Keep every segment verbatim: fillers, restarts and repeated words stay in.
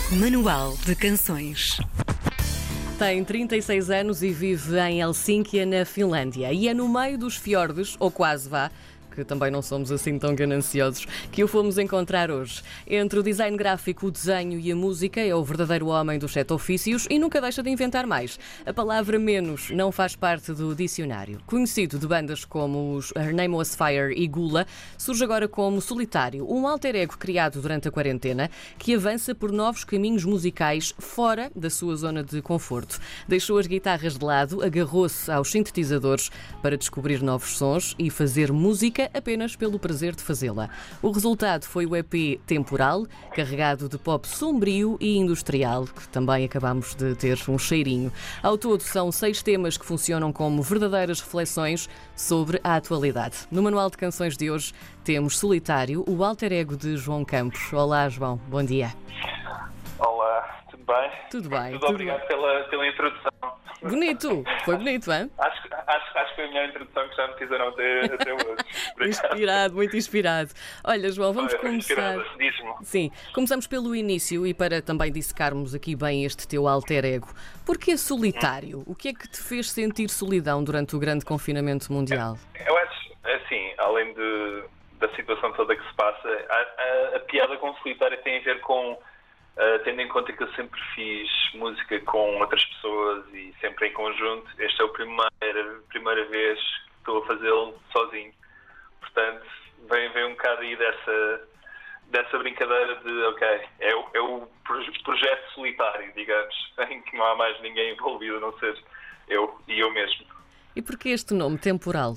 Manual de Canções. Tem trinta e seis anos e vive em Helsínquia, na Finlândia. E é no meio dos fiordes, ou quase vá, que também não somos assim tão gananciosos, que o fomos encontrar hoje. Entre o design gráfico, o desenho e a música, é o verdadeiro homem dos sete ofícios e nunca deixa de inventar mais. A palavra menos não faz parte do dicionário. Conhecido de bandas como os Her Name Was Fire e Gula, surge agora como Solitário, um alter ego criado durante a quarentena que avança por novos caminhos musicais fora da sua zona de conforto. Deixou as guitarras de lado, agarrou-se aos sintetizadores para descobrir novos sons e fazer música apenas pelo prazer de fazê-la. O resultado foi o E P Temporal, carregado de pop sombrio e industrial, que também acabamos de ter um cheirinho. Ao todo, são seis temas que funcionam como verdadeiras reflexões sobre a atualidade. No Manual de Canções de hoje temos Solitário, o alter ego de João Campos. Olá, João, bom dia. Olá, tudo bem? Tudo bem. Tudo tudo obrigado bem. Pela, pela introdução. Bonito, foi bonito, hein? Acho, acho, acho que foi a melhor introdução que já me fizeram até, até hoje. Obrigado. Inspirado, muito inspirado. Olha, João, vamos Olha, começar. Diz-me. Sim, começamos pelo início e para também dissecarmos aqui bem este teu alter ego. Porquê solitário? O que é que te fez sentir solidão durante o grande confinamento mundial? Eu acho, assim, além de, da situação toda que se passa, a, a, a piada com solitário tem a ver com. Uh, tendo em conta que eu sempre fiz música com outras pessoas e sempre em conjunto, esta é a primeira, primeira vez que estou a fazê-lo sozinho. Portanto, vem, vem um bocado aí dessa, dessa brincadeira de, ok, é, o- é o proje- projeto solitário, digamos, em que não há mais ninguém envolvido, a não ser eu e eu mesmo. E porquê este nome, Temporal?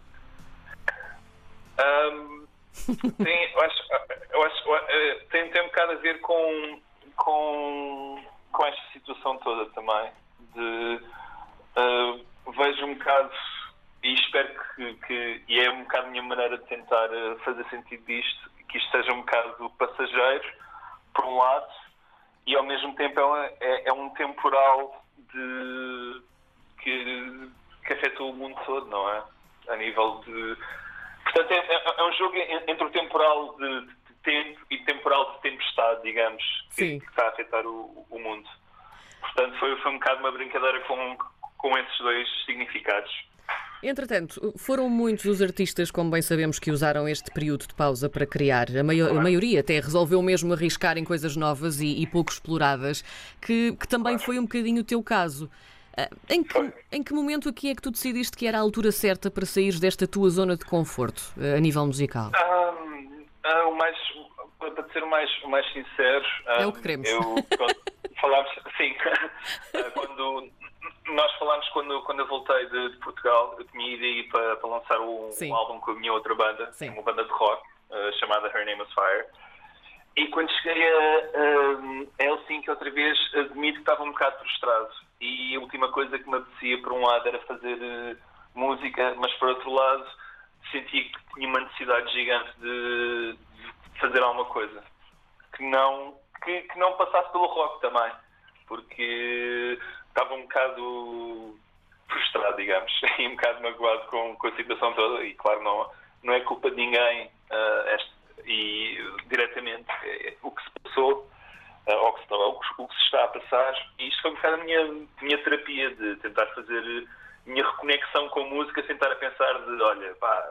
Ahm, tem, eu acho, eu acho, eh, tem, tem um bocado a ver com, com, com esta situação toda também. De, ah, vejo um bocado, e espero que, que, e é um bocado a minha maneira de tentar ah, fazer sentido disto, que isto seja um bocado passageiro, por um lado, e ao mesmo tempo é, uma- é, é um temporal de, que, que afeta o mundo todo, não é? A nível de. Portanto, é, é- é um jogo en- entre o temporal de, de tempo e temporal de tempestade, digamos, Sim. que, que está a afetar o, o mundo. Portanto, foi, foi um bocado uma brincadeira com, com esses dois significados. Entretanto, foram muitos os artistas, como bem sabemos, que usaram este período de pausa para criar. A, maio- a maioria até resolveu mesmo arriscar em coisas novas e, e pouco exploradas, que, que também foi um bocadinho o teu caso. Ah, Em que, Foi. em que momento aqui é que tu decidiste que era a altura certa para saíres desta tua zona de conforto, ah, a nível musical? Ahm, ah, o mais, para ser o mais, o mais sincero, É o ahm, que queremos. Eu, quando falámos, sim, ah, quando nós falámos quando, quando eu voltei de, de Portugal, eu tinha ido aí para, para lançar um, Sim. um álbum com a minha outra banda, Sim. uma banda de rock ah, chamada Her Name Was Fire. E quando cheguei a, a, a Helsinki outra vez, admito que estava um bocado frustrado. E a última coisa que me apetecia, por um lado, era fazer eh, música, mas por outro lado, sentia que tinha uma necessidade gigante de, de fazer alguma coisa. Que não, que, que não passasse pelo rock também. Porque estava um bocado frustrado, digamos, e um bocado magoado com, com a situação toda. E claro, não, não é culpa de ninguém ah, este- e diretamente é, o que se passou, ah, ou que se, ou o que- o que se está a passar. E isto foi um bocado a minha, minha terapia de tentar fazer a minha reconexão com a música, tentar a pensar de, olha, pá,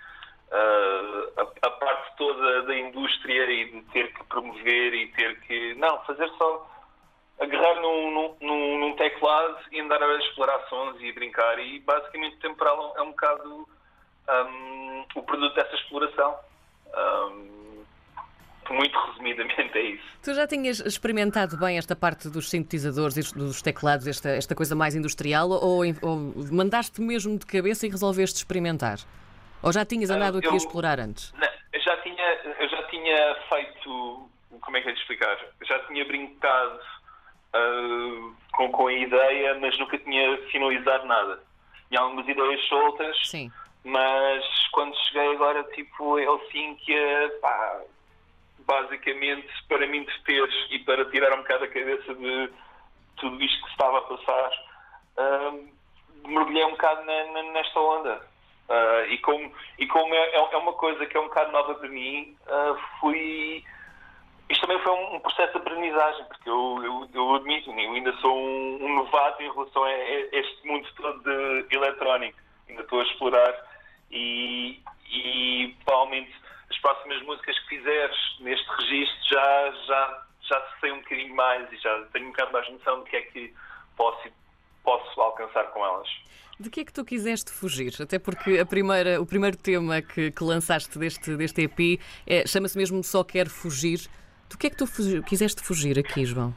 ah, a, a parte toda da indústria e de ter que promover e ter que, não, fazer só agarrar num, num, num, num teclado e andar a explorar sons e brincar. E basicamente o temporal é um bocado hum, o produto dessa exploração. Hum, muito resumidamente é isso. Tu já tinhas experimentado bem esta parte dos sintetizadores e dos teclados, esta, esta coisa mais industrial, ou, ou mandaste mesmo de cabeça e resolveste experimentar? Ou já tinhas andado Ah, aqui a eu- explorar antes? Não, eu já tinha, eu já tinha feito, como é que é de explicar? Eu já tinha brincado ah, com, com a ideia, mas nunca tinha finalizado nada. Tinha algumas ideias soltas, Sim. mas quando cheguei agora, tipo, a Helsínquia, pá, basicamente, para me entreter e para tirar um bocado a cabeça de tudo isto que se estava a passar, hum, mergulhei um bocado na- na- nesta onda. Ah, e como, e como é, é uma coisa que é um bocado nova para mim, ah, fui isto também foi um, um processo de aprendizagem, porque eu, eu, eu admito, eu ainda sou um, um novato em relação a, a este mundo todo de eletrónico. Ainda estou a explorar e, e provavelmente as próximas músicas que fizeres neste registro já, já, já sei um bocadinho mais e já tenho um bocado mais noção do que é que posso, posso alcançar com elas. De que é que tu quiseste fugir? Até porque a primeira, o primeiro tema que, que lançaste deste, deste E P é, chama-se mesmo Só Quero Fugir. Do que é que tu fugi, quiseste fugir aqui, João?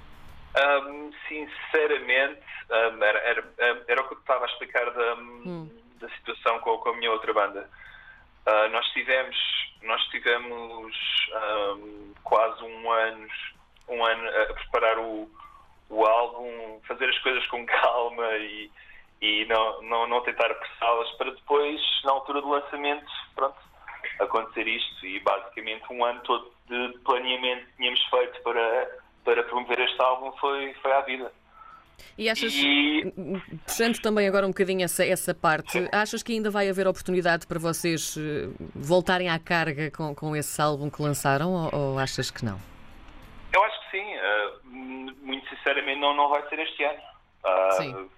Um, sinceramente, um, era, era, era o que eu estava a explicar da, hum. da situação com, com a minha outra banda. Uh, nós tivemos, nós tivemos um, quase um ano, um ano a preparar o, o álbum, fazer as coisas com calma e, e não, não, não tentar apressá-las para depois, na altura do lançamento, pronto, acontecer isto. E basicamente um ano todo de planeamento que tínhamos feito para, para promover este álbum foi, foi à vida. E achas, e... puxando também agora um bocadinho essa, essa parte, sim, achas que ainda vai haver oportunidade para vocês voltarem à carga com, com esse álbum que lançaram ou, ou achas que não? Eu acho que sim. Uh, muito sinceramente não, não vai ser este ano. Uh, sim.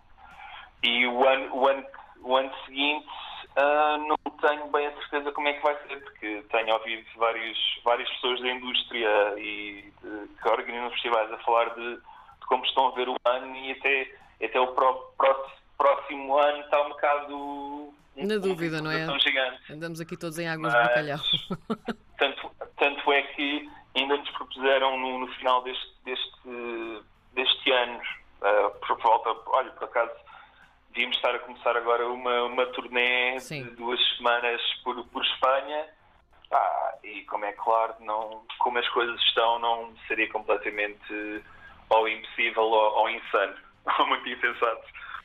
E o ano, o ano, o ano seguinte uh, não tenho bem a certeza como é que vai ser, porque tenho ouvido vários, várias pessoas da indústria e de, que organizam festivais a falar de como estão a ver o ano e até, até o pró, pró, próximo ano está um bocado... Na dúvida, não é? Gigante. Andamos aqui todos em águas de bacalhau. Tanto, tanto é que ainda nos propuseram no, no final deste, deste, deste ano, uh, por volta, olha, por acaso, devíamos estar a começar agora uma, uma turnê Sim. de duas semanas por, por Espanha. Ah, e como é claro, não, como as coisas estão, não seria completamente... ou impossível ou, ou insano, ou muito insensato.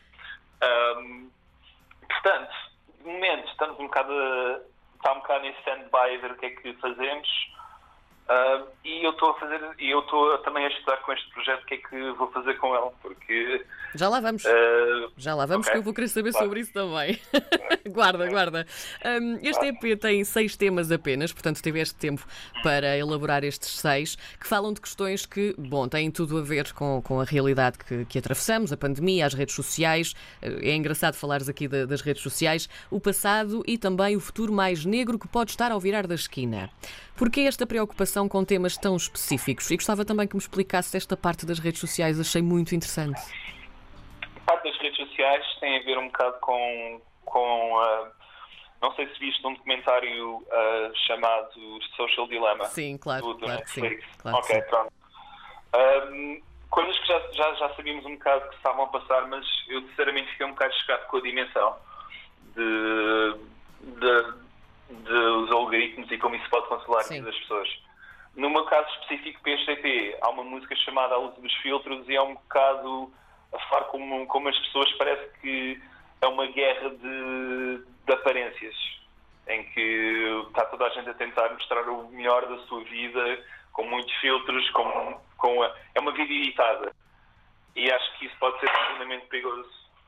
Um, portanto, de momento, estamos um bocado, a, está um bocado em stand-by a ver o que é que fazemos. Uh, e eu estou a fazer, e eu estou também a estudar com este projeto o que é que vou fazer com ele, porque... Já lá vamos. Uh, Já lá vamos, okay. Que eu vou querer saber claro. sobre isso também. guarda, guarda. Um, este E P tem seis temas apenas, portanto tiveste tempo para elaborar estes seis, que falam de questões que, bom, têm tudo a ver com, com a realidade que, que atravessamos, a pandemia, as redes sociais. É engraçado falares aqui de, das redes sociais, o passado e também o futuro mais negro que pode estar ao virar da esquina. Porquê esta preocupação com temas tão específicos? E gostava também que me explicasse esta parte das redes sociais, achei muito interessante. A parte das redes sociais tem a ver um bocado com... com uh, não sei se viste um documentário uh, chamado Social Dilemma. Sim, claro, do, do claro que sim. Claro ok, que sim. pronto. Um, coisas que já, já, já sabíamos um bocado que estavam a passar, mas eu sinceramente fiquei um bocado chocado com a dimensão de... de dos algoritmos e como isso pode controlar a vida das pessoas. No meu caso específico para este E P, há uma música chamada A Luz dos Filtros e é um bocado a falar como, como as pessoas, parece que é uma guerra de, de aparências, em que está toda a gente a tentar mostrar o melhor da sua vida, com muitos filtros, com, com a, é uma vida editada. E acho que isso pode ser profundamente perigoso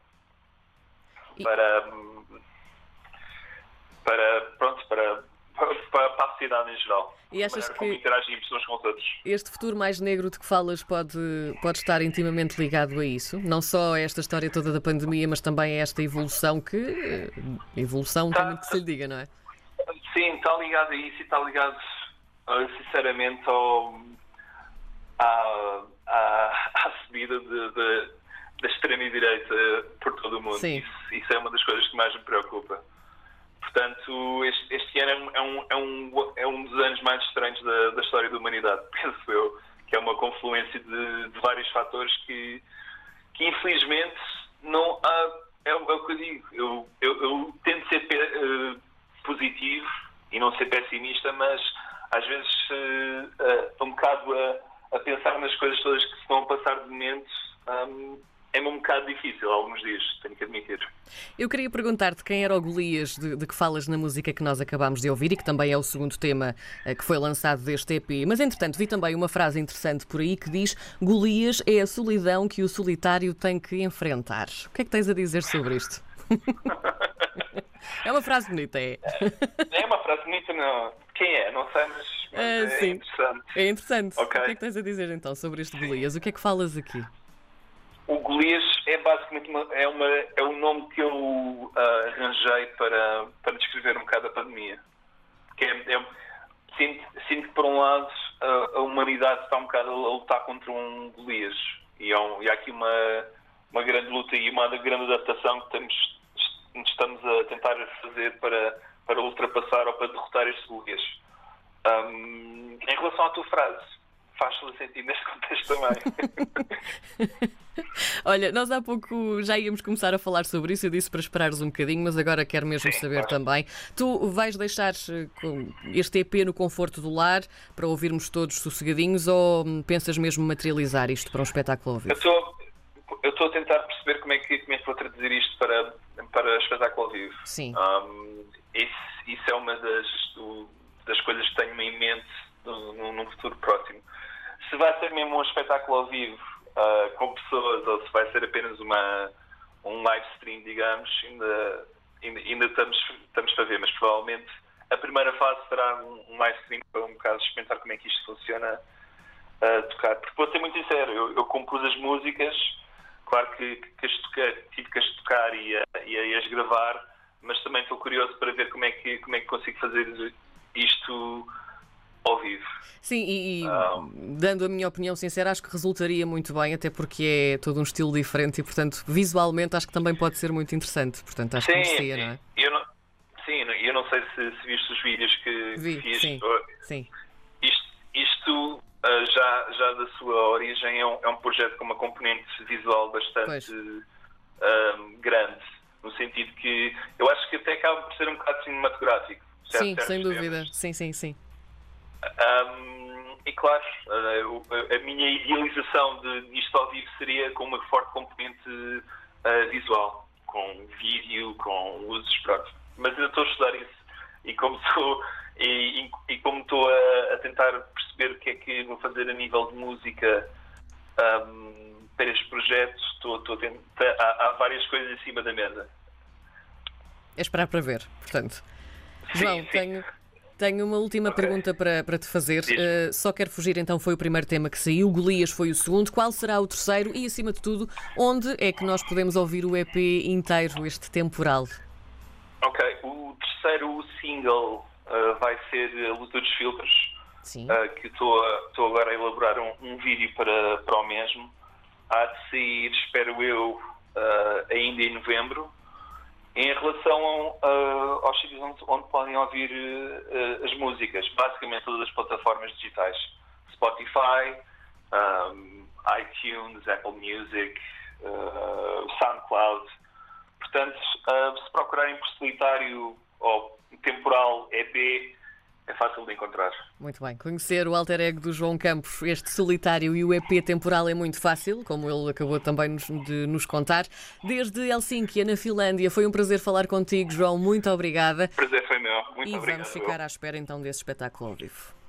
para... para, pronto, para, para, para a sociedade em geral. E achas que interagimos uns com os outros. Este futuro mais negro de que falas pode, pode estar intimamente ligado a isso? Não só a esta história toda da pandemia, mas também a esta evolução que... Evolução tá, tem muito que se lhe diga, não é? Sim, está ligado a isso e está ligado, sinceramente, ao, à, à, à subida de, de, da extrema-direita por todo o mundo. Isso, isso é uma das coisas que mais me preocupa. Portanto, este, este ano é um, é, um, é um dos anos mais estranhos da, da história da humanidade, penso eu, que é uma confluência de, de vários fatores que, que infelizmente, não há, é, é o que eu digo. Eu, eu, eu tento ser uh, positivo e não ser pessimista, mas às vezes uh, uh, um bocado a, a pensar nas coisas todas que se estão a passar de momento. Um, É um bocado difícil, alguns dias, tenho que admitir. Eu queria perguntar-te quem era o Golias de, de que falas na música que nós acabámos de ouvir e que também é o segundo tema eh, que foi lançado deste E P. Mas, entretanto, vi também uma frase interessante por aí que diz: Golias é a solidão que o solitário tem que enfrentar. O que é que tens a dizer sobre isto? É uma frase bonita, é? É uma frase bonita, não. Quem é? Não sei, mas, mas Ah, é sim. interessante. É interessante. Ok. O que é que tens a dizer então sobre este Golias? O que é que falas aqui? O Golias é basicamente uma, é, uma, é um nome que eu ah, arranjei para, para descrever um bocado a pandemia. Que é, é, sinto, sinto que, por um lado, a, a humanidade está um bocado a lutar contra um Golias. E há, um, e há aqui uma, uma grande luta e uma grande adaptação que temos, estamos a tentar fazer para, para ultrapassar ou para derrotar este Golias. Um, em relação à tua frase, faz todo sentido neste contexto também. Olha, nós há pouco já íamos começar a falar sobre isso, eu disse para esperares um bocadinho, mas agora quero mesmo Sim, saber claro. também. Tu vais deixar eh, com este E P no conforto do lar para ouvirmos todos sossegadinhos ou hum, pensas mesmo materializar isto para um espetáculo ao Eu vivo? estou eu estou a tentar perceber como é que, como é que vou traduzir isto para, para espetáculo ao vivo. Sim. Um, isso, isso é uma das, do, das coisas que tenho em mente no, no, num futuro próximo. Se vai ser mesmo um espetáculo ao vivo uh, com pessoas ou se vai ser apenas uma, um live stream, digamos, ainda, ainda, ainda estamos, estamos para ver, mas provavelmente a primeira fase será um, um live stream para um bocado experimentar como é que isto funciona a tocar. Porque vou ser muito sincero, eu, eu compus as músicas, claro que, que as tocar, tive que as tocar e, a, e, a, e as gravar, mas também estou curioso para ver como é que, como é que consigo fazer isto ao vivo. Sim, e, e Ah. dando a minha opinião sincera, acho que resultaria muito bem, até porque é todo um estilo diferente e, portanto, visualmente acho que também pode ser muito interessante. Portanto, acho que merecia, não é? Eu não, sim, eu não sei se, se viste os vídeos que Vi, fiz. sim, sim. Isto, isto uh, já, já da sua origem é um, é um projeto com uma componente visual bastante um, grande, no sentido que eu acho que até acaba por ser um bocado cinematográfico. certo? Sim, Certos sem dúvida. temas. Sim, sim, sim. Um, e claro, a, a minha idealização de isto ao vivo seria com uma forte componente uh, visual, com vídeo, com luzes, pronto. Mas eu estou a estudar isso e como estou, e, e, e como estou a, a tentar perceber o que é que vou fazer a nível de música um, para este projeto, estou, estou a tentar, há, há várias coisas em cima da mesa. É esperar para ver, portanto. Sim, João, sim. tenho, tenho uma última Ok. pergunta para, para te fazer. Diz. Uh, Só Quero Fugir, então, foi o primeiro tema que saiu, Golias foi o segundo. Qual será o terceiro? E, acima de tudo, onde é que nós podemos ouvir o E P inteiro, este temporal? Ok, o terceiro single uh, vai ser A Luta dos Filtros, Sim. uh, que estou a- estou agora a elaborar um, um vídeo para, para o mesmo. Há de sair, espero eu, uh, ainda em novembro. Em relação uh, aos sítios onde, onde podem ouvir uh, as músicas, basicamente todas as plataformas digitais. Spotify, um, iTunes, Apple Music, uh, SoundCloud. Portanto, uh, se procurarem por solitário ou temporal E P, é fácil de encontrar. Muito bem. Conhecer o alter ego do João Campos, este solitário e o E P temporal é muito fácil, como ele acabou também nos- de nos contar. Desde Helsínquia, na Finlândia, foi um prazer falar contigo, João. Muito obrigada. O prazer foi meu. Muito E obrigado. vamos ficar à espera então desse espetáculo ao vivo.